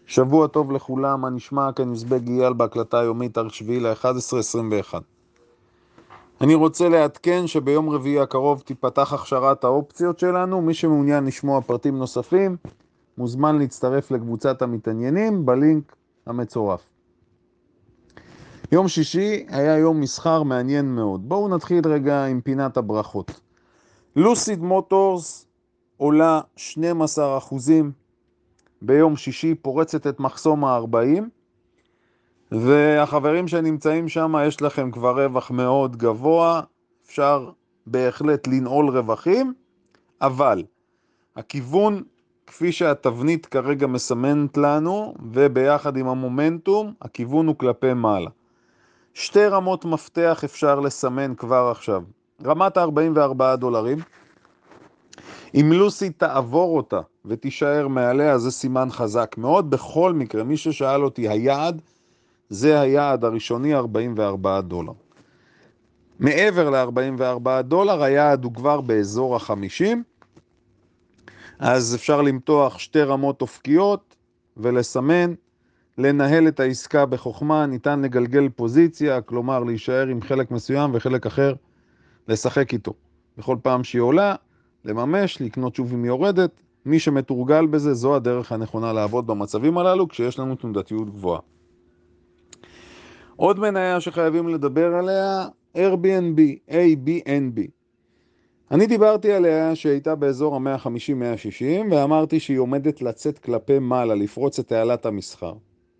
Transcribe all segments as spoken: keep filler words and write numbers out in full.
שבוע טוב לכולם, מה נשמע? כאן יוזבג אייל בהקלטה היומית, תאריך שביעי לאחד עשר עשרים ואחת. אני רוצה לעדכן שביום רביעי הקרוב תיפתח הכשרת האופציות שלנו. מי שמעוניין לשמוע פרטים נוספים, מוזמן להצטרף לקבוצת המתעניינים בלינק המצורף. יום שישי היה יום מסחר מעניין מאוד. בואו נתחיל רגע עם פינת הברכות. לוסיד מוטורס עולה שנים עשר אחוזים ביום שישי, פורצת את מחסום ה-ארבעים, והחברים שנמצאים שם יש לכם כבר רווח מאוד גבוה, אפשר בהחלט לנעול רווחים, אבל הכיוון כפי שהתבנית כרגע מסמנת לנו וביחד עם המומנטום, הכיוון הוא כלפי מעלה. שתי רמות מפתח אפשר לסמן כבר עכשיו. רמת ה-ארבעים וארבעה דולרים, אם לוסי תעבור אותה ותישאר מעליה, זה סימן חזק מאוד. בכל מקרה, מי ששאל אותי, היעד, זה היעד הראשוני, ארבעים וארבעה דולר. מעבר ל-ארבעים וארבעה דולר, היעד הוא כבר באזור ה-חמישים, אז אפשר למתוח שתי רמות אופקיות ולסמן, לנהל את העסקה בחוכמה, ניתן לגלגל פוזיציה, כלומר להישאר עם חלק מסוים וחלק אחר לשחק איתו. בכל פעם שהיא עולה, לממש, לקנות שוב אם היא יורדת. מי שמתורגל בזה, זו הדרך הנכונה לעבוד במצבים הללו, כשיש לנו תנודתיות גבוהה. עוד מניה שחייבים לדבר עליה, Airbnb, איי בי אן בי. אני דיברתי עליה שהייתה באזור ה-מאה חמישים מאה שישים, ואמרתי שהיא עומדת לצאת כלפי מעלה, לפרוץ את תעלת המסחר.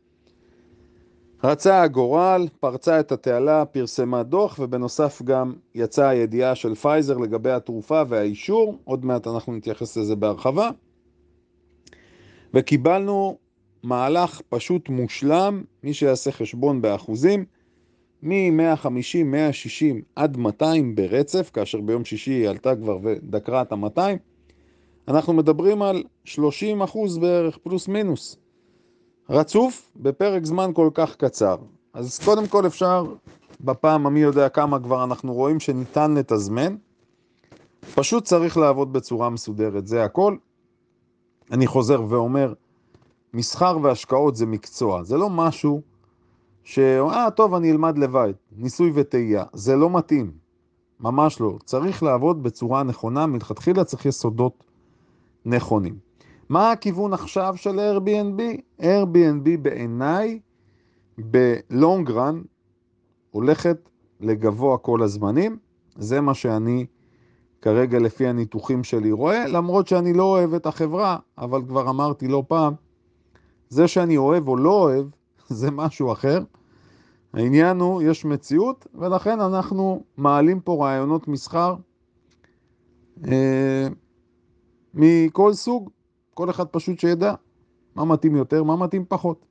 רצה הגורל, פרצה את התעלה, פרסמה דוח, ובנוסף גם יצאה הידיעה של פייזר לגבי התרופה והאישור, עוד מעט אנחנו נתייחס לזה בהרחבה, וקיבלנו מהלך פשוט מושלם, מי שיעשה חשבון באחוזים, מ-מאה חמישים מאה שישים עד מאתיים ברצף, כאשר ביום שישי היא עלתה כבר ודקרה את ה-מאתיים, אנחנו מדברים על שלושים אחוז בערך פלוס מינוס. רצוף בפרק זמן כל כך קצר. אז קודם כל אפשר, בפעם המי יודע כמה כבר אנחנו רואים שניתן לתזמן, פשוט צריך לעבוד בצורה מסודרת, זה הכל. אני חוזר ואומר, מסחר והשקעות זה מקצוע, זה לא משהו ש... אה, טוב, אני אלמד לבד, ניסוי וטעייה, זה לא מתאים, ממש לא. צריך לעבוד בצורה נכונה, מלכתחילה צריך יסודות נכונים. מה הכיוון עכשיו של Airbnb? Airbnb בעיניי בלונג רן הולכת לגבוה כל הזמנים, זה מה שאני כרגע לפי הניתוחים שלי רואה, למרות שאני לא אוהב את החברה, אבל כבר אמרתי לא פעם, זה שאני אוהב או לא אוהב זה משהו אחר. העניין הוא, יש מציאות, ולכן אנחנו מעלים פה רעיונות מסחר אה, מכל סוג, כל אחד פשוט שידע מה מתאים יותר, מה מתאים פחות.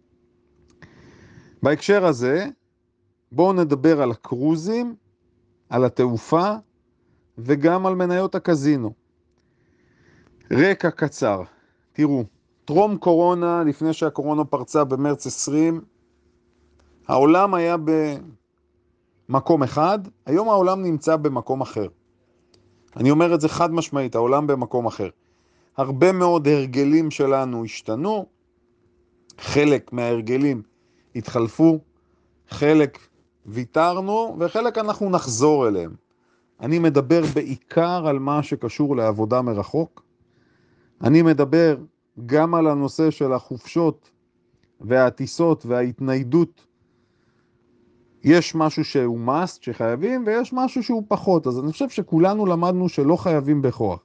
בהקשר הזה, בואו נדבר על הקרוזים, על התעופה, וגם על מניות הקזינו. רקע קצר, תראו, טרום קורונה, לפני שהקורונה פרצה במרץ עשרים, העולם היה במקום אחד, היום העולם נמצא במקום אחר. אני אומר את זה חד משמעית, העולם במקום אחר. הרבה מאוד הרגלים שלנו השתנו, חלק מההרגלים התחלפו, חלק ויתרנו, וחלק אנחנו נחזור אליהם. אני מדבר בעיקר על מה שקשור לעבודה מרחוק. אני מדבר גם על הנושא של החופשות והטיסות וההתניידות. יש משהו שהוא must שחייבים, ויש משהו שהוא פחות. אז אני חושב שכולנו למדנו שלא חייבים בכוח.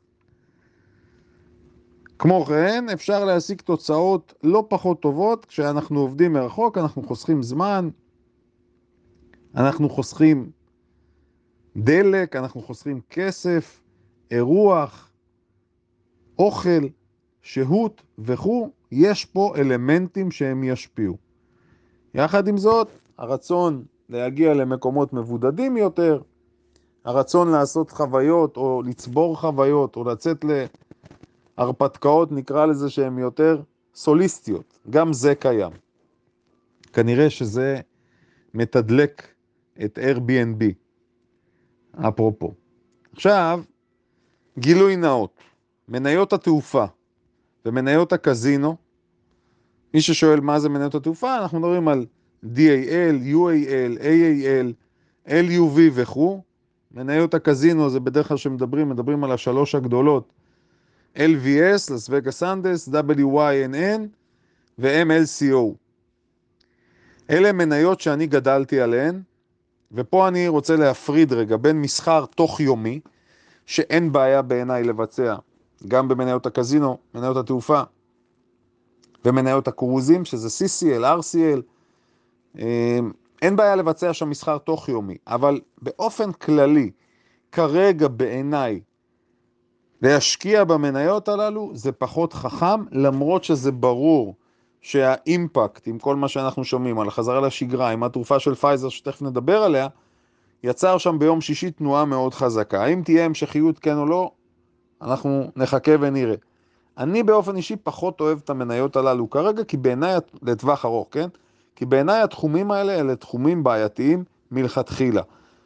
כמו כן, אפשר להשיג תוצאות לא פחות טובות כשאנחנו עובדים מרחוק, אנחנו חוסכים זמן, אנחנו חוסכים דלק, אנחנו חוסכים כסף, אירוח, אוכל, שהות וכו'. יש פה אלמנטים שהם ישפיעו. יחד עם זאת, הרצון להגיע למקומות מבודדים יותר, הרצון לעשות חוויות או לצבור חוויות או לצאת להרפתקאות, נקרא לזה שהן יותר סוליסטיות, גם זה קיים. כנראה שזה מתדלק את Airbnb. אפרופו. עכשיו, גילוי נאות. מניות התעופה ומניות הקזינו מי ששואל מה זה מניות התעופה, אנחנו מדברים על די איי אל, יו איי אל, איי איי אל, אל יו וי וכו'. מניות הקזינו זה בדרך כלל שמדברים, מדברים על השלוש הגדולות, אל וי אס, לס וגאס סנדס, דאבליו וואי אן אן ו-אם אל סי או. אלה מניות שאני גדלתי עליהן, ופה אני רוצה להפריד רגע בין מסחר תוך יומי, שאין בעיה בעיניי לבצע, גם במניות הקזינו, מניות התעופה, ומניות הקרוזים, שזה סי סי אל, אר סי אל, אין בעיה לבצע שם מסחר תוך יומי, אבל באופן כללי, כרגע בעיניי, להשקיע במניות הללו זה פחות חכם, למרות שזה ברור שהאימפקט, עם כל מה שאנחנו שומעים על החזרה לשגרה, עם התרופה של פייזר שתכף נדבר עליה, יצר שם ביום שישי תנועה מאוד חזקה. האם תהיה המשכיות כן או לא, אנחנו נחכה ונראה. אני באופן אישי פחות אוהב את המניות הללו כרגע, כי בעיניי, לטווח ארוך, כן? כי בעיניי התחומים האלה אלה תחומים בעייתיים מלכתחילה.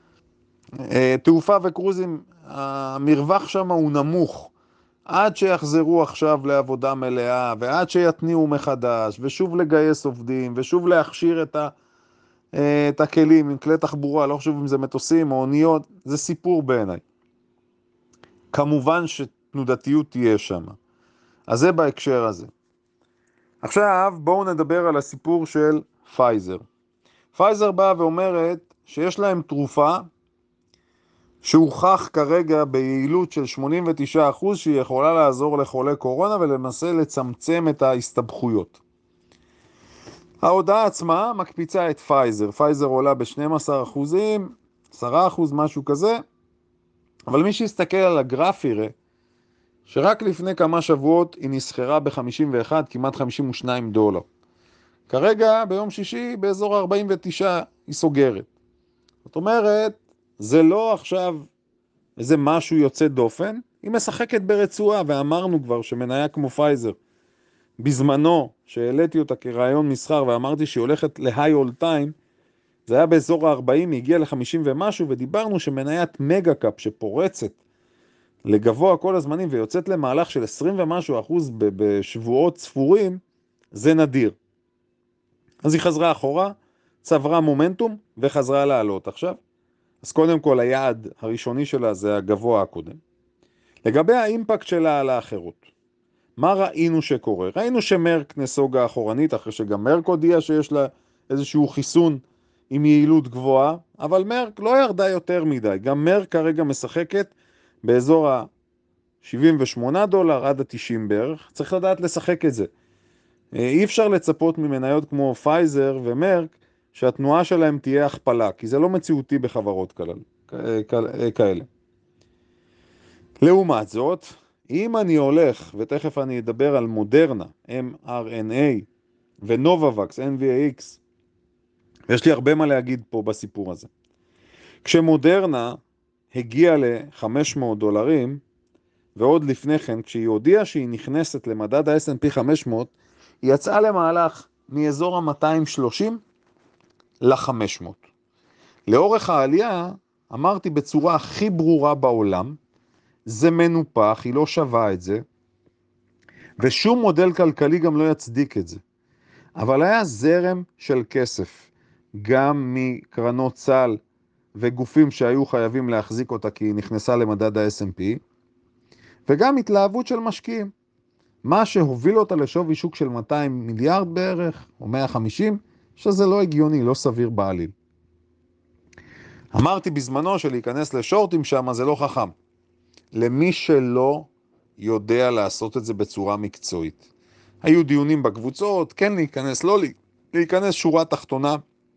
תעופה וקרוזים, המרווח שם הוא נמוך, עד שיחזרו עכשיו לעבודה מלאה, ועד שיתניעו מחדש, ושוב לגייס עובדים, ושוב להכשיר את, ה, את הכלים עם כלי תחבורה, לא חשוב אם זה מטוסים או אוניות, זה סיפור בעיניי. כמובן שתנודתיות תהיה שם. אז זה בהקשר הזה. עכשיו בואו נדבר על הסיפור של פייזר. פייזר באה ואומרת שיש להם תרופה שהוכח כרגע ביעילות של שמונים ותשעה אחוז שהיא יכולה לעזור לחולי קורונה ולנסה לצמצם את ההסתבכויות. ההודעה עצמה מקפיצה את פייזר. פייזר עולה ב-שנים עשר אחוזים, עשרה אחוז, משהו כזה. אבל מי שיסתכל על הגרף יראה שרק לפני כמה שבועות היא נסחרה ב-חמישים ואחד, כמעט חמישים ושניים דולר. כרגע ביום שישי באזור ארבעים ותשע היא סוגרת. זאת אומרת, זה לא עכשיו איזה משהו יוצא דופן, היא משחקת ברצועה, ואמרנו כבר שמניה כמו פייזר, בזמנו שהעליתי אותה כרעיון מסחר ואמרתי שהיא הולכת להיי אול טיים, זה היה באזור ה-ארבעים, היא הגיעה ל-חמישים ומשהו, ודיברנו שמניית מגה קאפ שפורצת לגבוה כל הזמנים ויוצאת למהלך של עשרים ומשהו אחוז בשבועות ספורים, זה נדיר. אז היא חזרה אחורה, צברה מומנטום וחזרה לעלות עכשיו. אז קודם כל היעד הראשוני שלה זה הגבוה הקודם. לגבי האימפקט שלה על האחרות, מה ראינו שקורה? ראינו שמרק נסוגה אחורנית, אחרי שגם מרק הודיע שיש לה איזשהו חיסון עם יעילות גבוהה, אבל מרק לא ירדה יותר מדי. גם מרק כרגע משחקת באזור ה-שבעים ושמונה דולר עד ה-תשעים בערך. צריך לדעת לשחק את זה. אי אפשר לצפות ממניות כמו פייזר ומרק שהתנועה שלהם תהיה הכפלה, כי זה לא מציאותי בחברות כאלה. לעומת זאת, אם אני הולך, ותכף אני אדבר על מודרנה, אם אר אן איי ונובווקס, אן וי איי אקס, יש לי הרבה מה להגיד פה בסיפור הזה. כשמודרנה הגיעה ל-חמש מאות דולרים, ועוד לפני כן, כשהיא הודיעה שהיא נכנסת למדד ה-אס אנד פי חמש מאות, היא יצאה למהלך מאזור ה-מאתיים ושלושים ל-חמש מאות. לאורך העלייה, אמרתי בצורה הכי ברורה בעולם, זה מנופח, היא לא שווה את זה, ושום מודל כלכלי גם לא יצדיק את זה. אבל היה זרם של כסף, גם מקרנות סל וגופים שהיו חייבים להחזיק אותה כי היא נכנסה למדד ה-אס אנד פי, וגם התלהבות של משקיעים. מה שהוביל אותה לשווי שוק של מאתיים מיליארד בערך, או מאה וחמישים, שזה לא הגיוני, לא סביר בעליל. אמרתי בזמנו שלהיכנס לשורטים שם זה לא חכם. למי שלא יודע לעשות את זה בצורה מקצועית. היו דיונים בקבוצות, כן להיכנס, לא להיכנס, שורה תחתונה.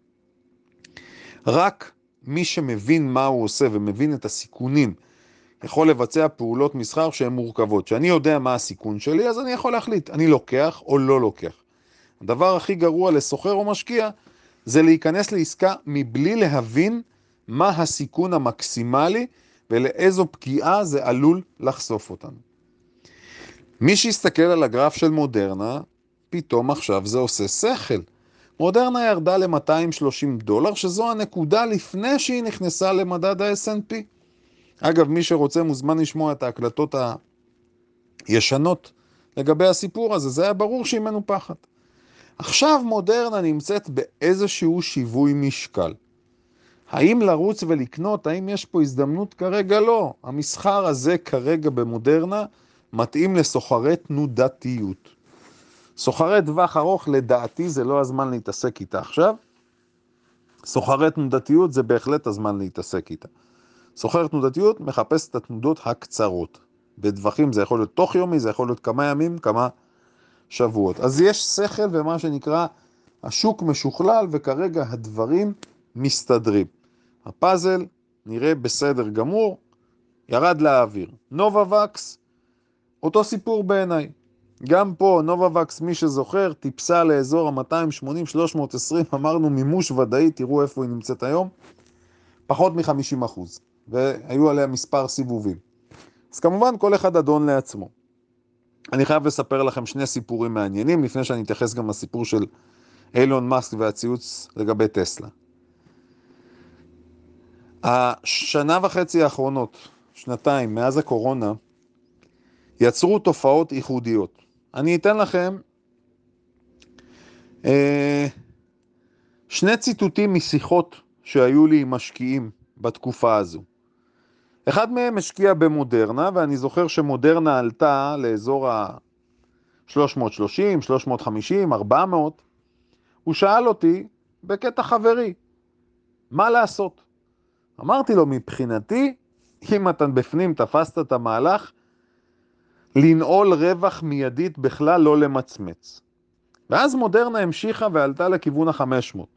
רק מי שמבין מה הוא עושה ומבין את הסיכונים, יכול לבצע פעולות מסחר שהן מורכבות. שאני יודע מה הסיכון שלי, אז אני יכול להחליט, אני לוקח או לא לוקח. הדבר הכי גרוע לסוחר או משקיע, זה להיכנס לעסקה מבלי להבין מה הסיכון המקסימלי, ולאיזו פגיעה זה עלול לחשוף אותנו. מי שיסתכל על הגרף של מודרנה, פתאום עכשיו זה עושה שכל. מודרנה ירדה ל-מאתיים ושלושים דולר, שזו הנקודה לפני שהיא נכנסה למדד ה-אס אנד פי. אגב, מי שרוצה מוזמן לשמוע את ההקלטות הישנות לגבי הסיפור הזה, זה היה ברור שהיא מנופחת. עכשיו מודרנה נמצאת באיזשהו שיווי משקל. האם לרוץ ולקנות? האם יש פה הזדמנות? כרגע לא. המסחר הזה כרגע במודרנה מתאים לסוחרי תנודתיות. סוחרי טווח ארוך, לדעתי זה לא הזמן להתעסק איתה עכשיו. סוחרי תנודתיות זה בהחלט הזמן להתעסק איתה. סוחר תנודתיות מחפש את התנודות הקצרות. בטווחים זה יכול להיות תוך יומי, זה יכול להיות כמה ימים, כמה שבועות. אז יש שכל ומה שנקרא השוק משוכלל, וכרגע הדברים מסתדרים. הפאזל נראה בסדר גמור, ירד לאוויר. נובווקס, אותו סיפור בעיניי. גם פה נובווקס, מי שזוכר, טיפסה לאזור ה-מאתיים שמונים שלוש מאות ועשרים, אמרנו מימוש ודאי, תראו איפה היא נמצאת היום, פחות מ-חמישים אחוז, והיו עליה מספר סיבובים. אז כמובן כל אחד אדון לעצמו. אני חייב לספר לכם שני סיפורים מעניינים, לפני שאני אתייחס גם לסיפור של אילון מאסק והציוץ לגבי טסלה. השנה וחצי האחרונות, שנתיים, מאז הקורונה, יצרו תופעות ייחודיות. אני אתן לכם אה, שני ציטוטים משיחות שהיו לי עם משקיעים בתקופה הזו. אחד מהם משקיע במודרנה, ואני זוכר שמודרנה עלתה לאזור ה-שלוש מאות ושלושים, שלוש מאות וחמישים, ארבע מאות. הוא שאל אותי בקטע חברי, מה לעשות? אמרתי לו, מבחינתי, אם אתה בפנים תפסת את המהלך, לנעול רווח מיידית בכלל לא למצמץ. ואז מודרנה המשיכה ועלתה לכיוון ה-חמש מאות.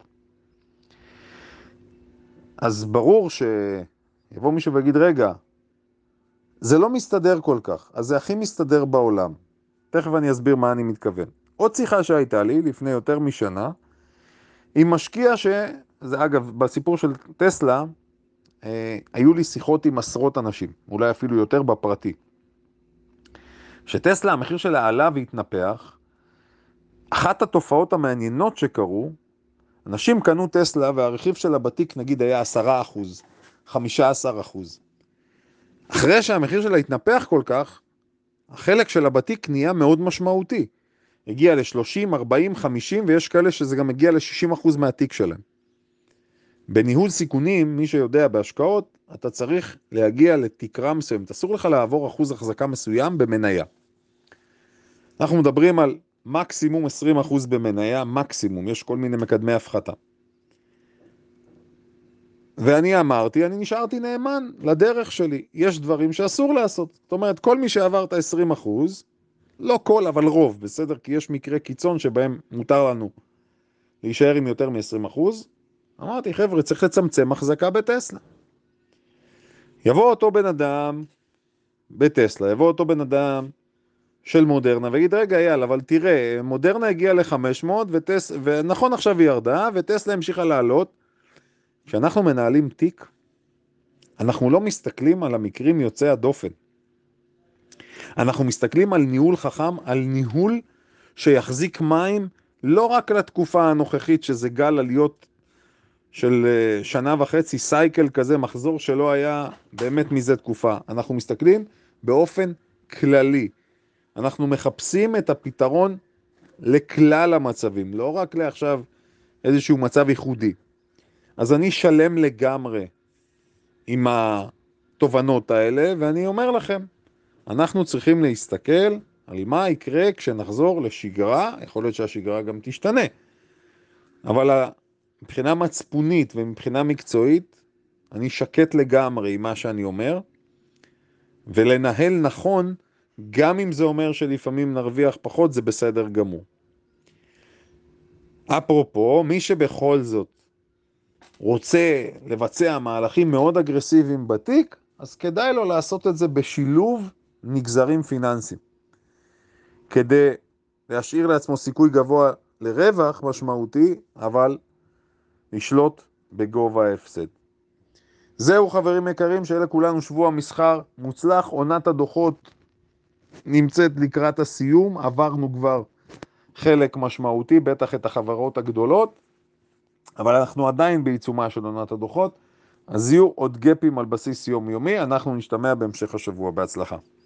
אז ברור שיבוא מישהו ויגיד, רגע, זה לא מסתדר כל כך, אז זה הכי מסתדר בעולם. תכף אני אסביר מה אני מתכוון. עוד שיחה שהייתה לי לפני יותר משנה, עם משקיע ש... זה אגב, בסיפור של טסלה, אה, היו לי שיחות עם עשרות אנשים, אולי אפילו יותר בפרטי. שטסלה, המחיר שלה עלה והתנפח, אחת התופעות המעניינות שקרו, אנשים קנו טסלה והרכיב שלה בתיק נגיד היה עשרה אחוז, חמישה עשר אחוז. אחרי שהמחיר שלה התנפח כל כך, החלק שלה בתיק נהיה מאוד משמעותי. הגיע ל-שלושים, ארבעים, חמישים, ויש כאלה שזה גם הגיע ל-שישים אחוז מהתיק שלהם. בניהול סיכונים, מי שיודע בהשקעות, אתה צריך להגיע לתקרה מסוימת. אסור לך לעבור אחוז החזקה מסוים במניה. אנחנו מדברים על מקסימום עשרים אחוז במניה, מקסימום, יש כל מיני מקדמי הפחתה. ואני אמרתי, אני נשארתי נאמן לדרך שלי. יש דברים שאסור לעשות. זאת אומרת, כל מי שעבר את ה-עשרים אחוז, לא כל, אבל רוב, בסדר? כי יש מקרה קיצון שבהם מותר לנו להישאר עם יותר מ-עשרים אחוז. אמרתי, חבר'ה, צריך לצמצם החזקה בטסלה. יבוא אותו בן אדם בטסלה, יבוא אותו בן אדם של מודרנה, ויגיד, רגע, יאללה, אבל תראה, מודרנה הגיעה ל-חמש מאות, וטס... ונכון עכשיו היא ירדה, וטסלה המשיכה לעלות. כשאנחנו מנהלים תיק, אנחנו לא מסתכלים על המקרים יוצאי הדופן. אנחנו מסתכלים על ניהול חכם, על ניהול שיחזיק מים, לא רק לתקופה הנוכחית, שזה גל עליות של שנה וחצי, סייקל כזה, מחזור שלא היה באמת מזה תקופה. אנחנו מסתכלים באופן כללי. אנחנו מחפשים את הפתרון לכלל המצבים, לא רק לעכשיו איזשהו מצב ייחודי. אז אני שלם לגמרי עם התובנות האלה, ואני אומר לכם, אנחנו צריכים להסתכל על מה יקרה כשנחזור לשגרה, יכול להיות שהשגרה גם תשתנה, אבל מבחינה מצפונית ומבחינה מקצועית, אני שקט לגמרי עם מה שאני אומר, ולנהל נכון, גם אם זה אומר שלפעמים נרוויח פחות, זה בסדר גמור. אפרופו, מי שבכל זאת רוצה לבצע מהלכים מאוד אגרסיביים בתיק, אז כדאי לו לעשות את זה בשילוב נגזרים פיננסיים. כדי להשאיר לעצמו סיכוי גבוה לרווח משמעותי, אבל לשלוט בגובה ההפסד. זהו חברים יקרים, שאלה כולנו שבוע מסחר מוצלח, עונת הדוחות נמצאת לקראת הסיום, עברנו כבר חלק משמעותי, בטח את החברות הגדולות, אבל אנחנו עדיין בעיצומה של עונת הדוחות, אז יהיו עוד גפים על בסיס יומיומי, אנחנו נשתמע בהמשך השבוע, בהצלחה.